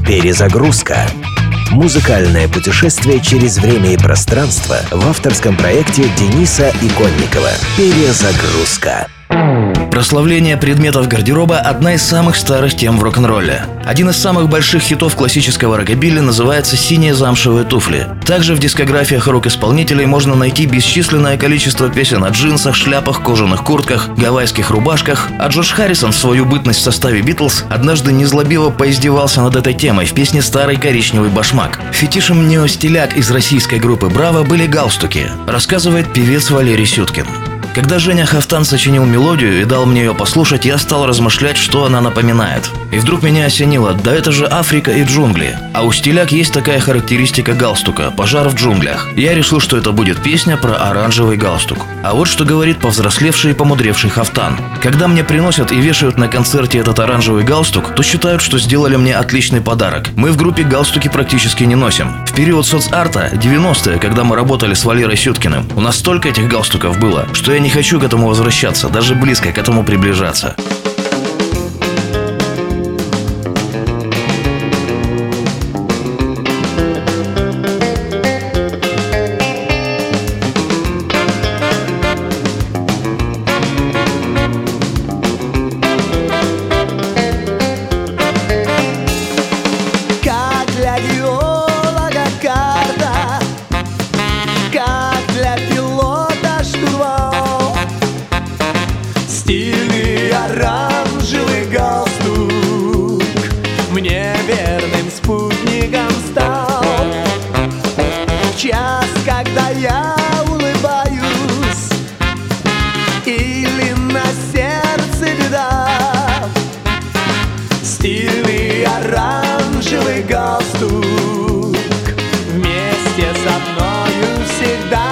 Перезагрузка. Музыкальное путешествие через время и пространство в авторском проекте Дениса Иконникова. Перезагрузка. Прославление предметов гардероба – одна из самых старых тем в рок-н-ролле. Один из самых больших хитов классического рокобилли называется «Синие замшевые туфли». Также в дискографиях рок-исполнителей можно найти бесчисленное количество песен о джинсах, шляпах, кожаных куртках, гавайских рубашках. А Джордж Харрисон в свою бытность в составе «Битлз» однажды незлобиво поиздевался над этой темой в песне «Старый коричневый башмак». Фетишем неостиляк из российской группы «Браво» были галстуки, рассказывает певец Валерий Сюткин. Когда Женя Хафтан сочинил мелодию и дал мне ее послушать, я стал размышлять, что она напоминает. И вдруг меня осенило: да это же Африка и джунгли. А у стиляк есть такая характеристика галстука – пожар в джунглях. Я решил, что это будет песня про оранжевый галстук. А вот что говорит повзрослевший и помудревший Хафтан. Когда мне приносят и вешают на концерте этот оранжевый галстук, то считают, что сделали мне отличный подарок. Мы в группе галстуки практически не носим. В период соцарта, 90-е, когда мы работали с Валерой Сюткиным, у нас столько этих галстуков было, что я не хочу к этому возвращаться, даже близко к этому приближаться. Как для геолога карта, как для пилота штурвал, стильный оранжевый галстук мне верным спутником стал. В час, когда я улыбаюсь или на сердце беда, стильный оранжевый галстук вместе со мною всегда.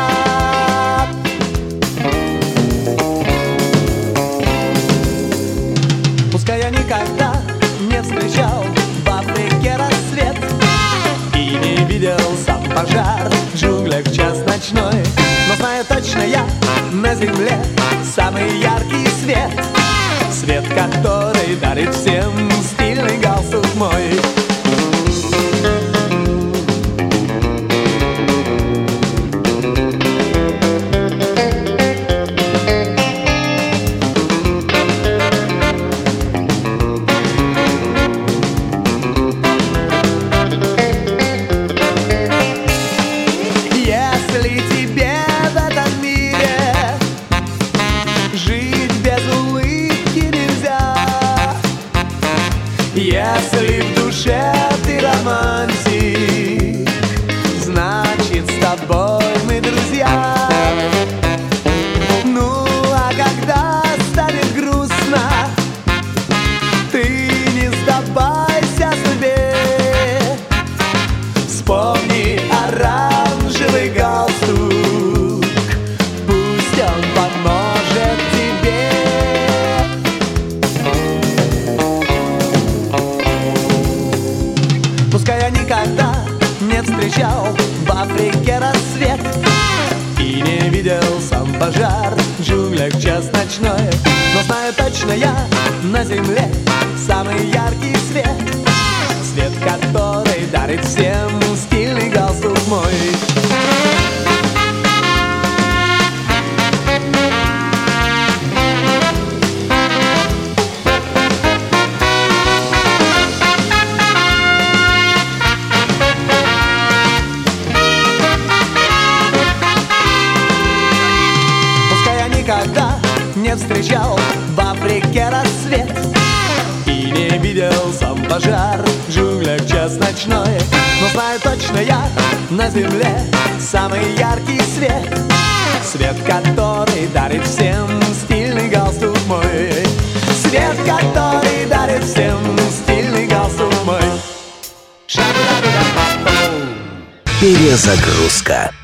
Пускай я никогда не встречал в Африке рассвет и не видел сам пожар в джунглях в час ночной, но знаю точно, я на земле самый яркий свет, свет, который дарит всем стильный галстук мой. Если тебе в этом мире жить без улыбки нельзя, если в душе ты романтик, значит с тобой мы друзья. Ну а когда станет грустно, ты не сдавайся судьбе, вспомни оранжевый галстук, пусть он поможет тебе. Пускай я никогда не встречал в Африке рассвет и не видел сам пожар в джунглях в час ночной, но знаю точно, я на земле самый яркий свет, свет, который дарит всем стильный галстук мой. Никогда не встречал в Африке рассвет и не видел сам пожар в джунглях в час ночной, но знаю точно, я на земле самый яркий свет, свет, который дарит всем стильный галстук мой, свет, который дарит всем стильный галстук мой. Перезагрузка.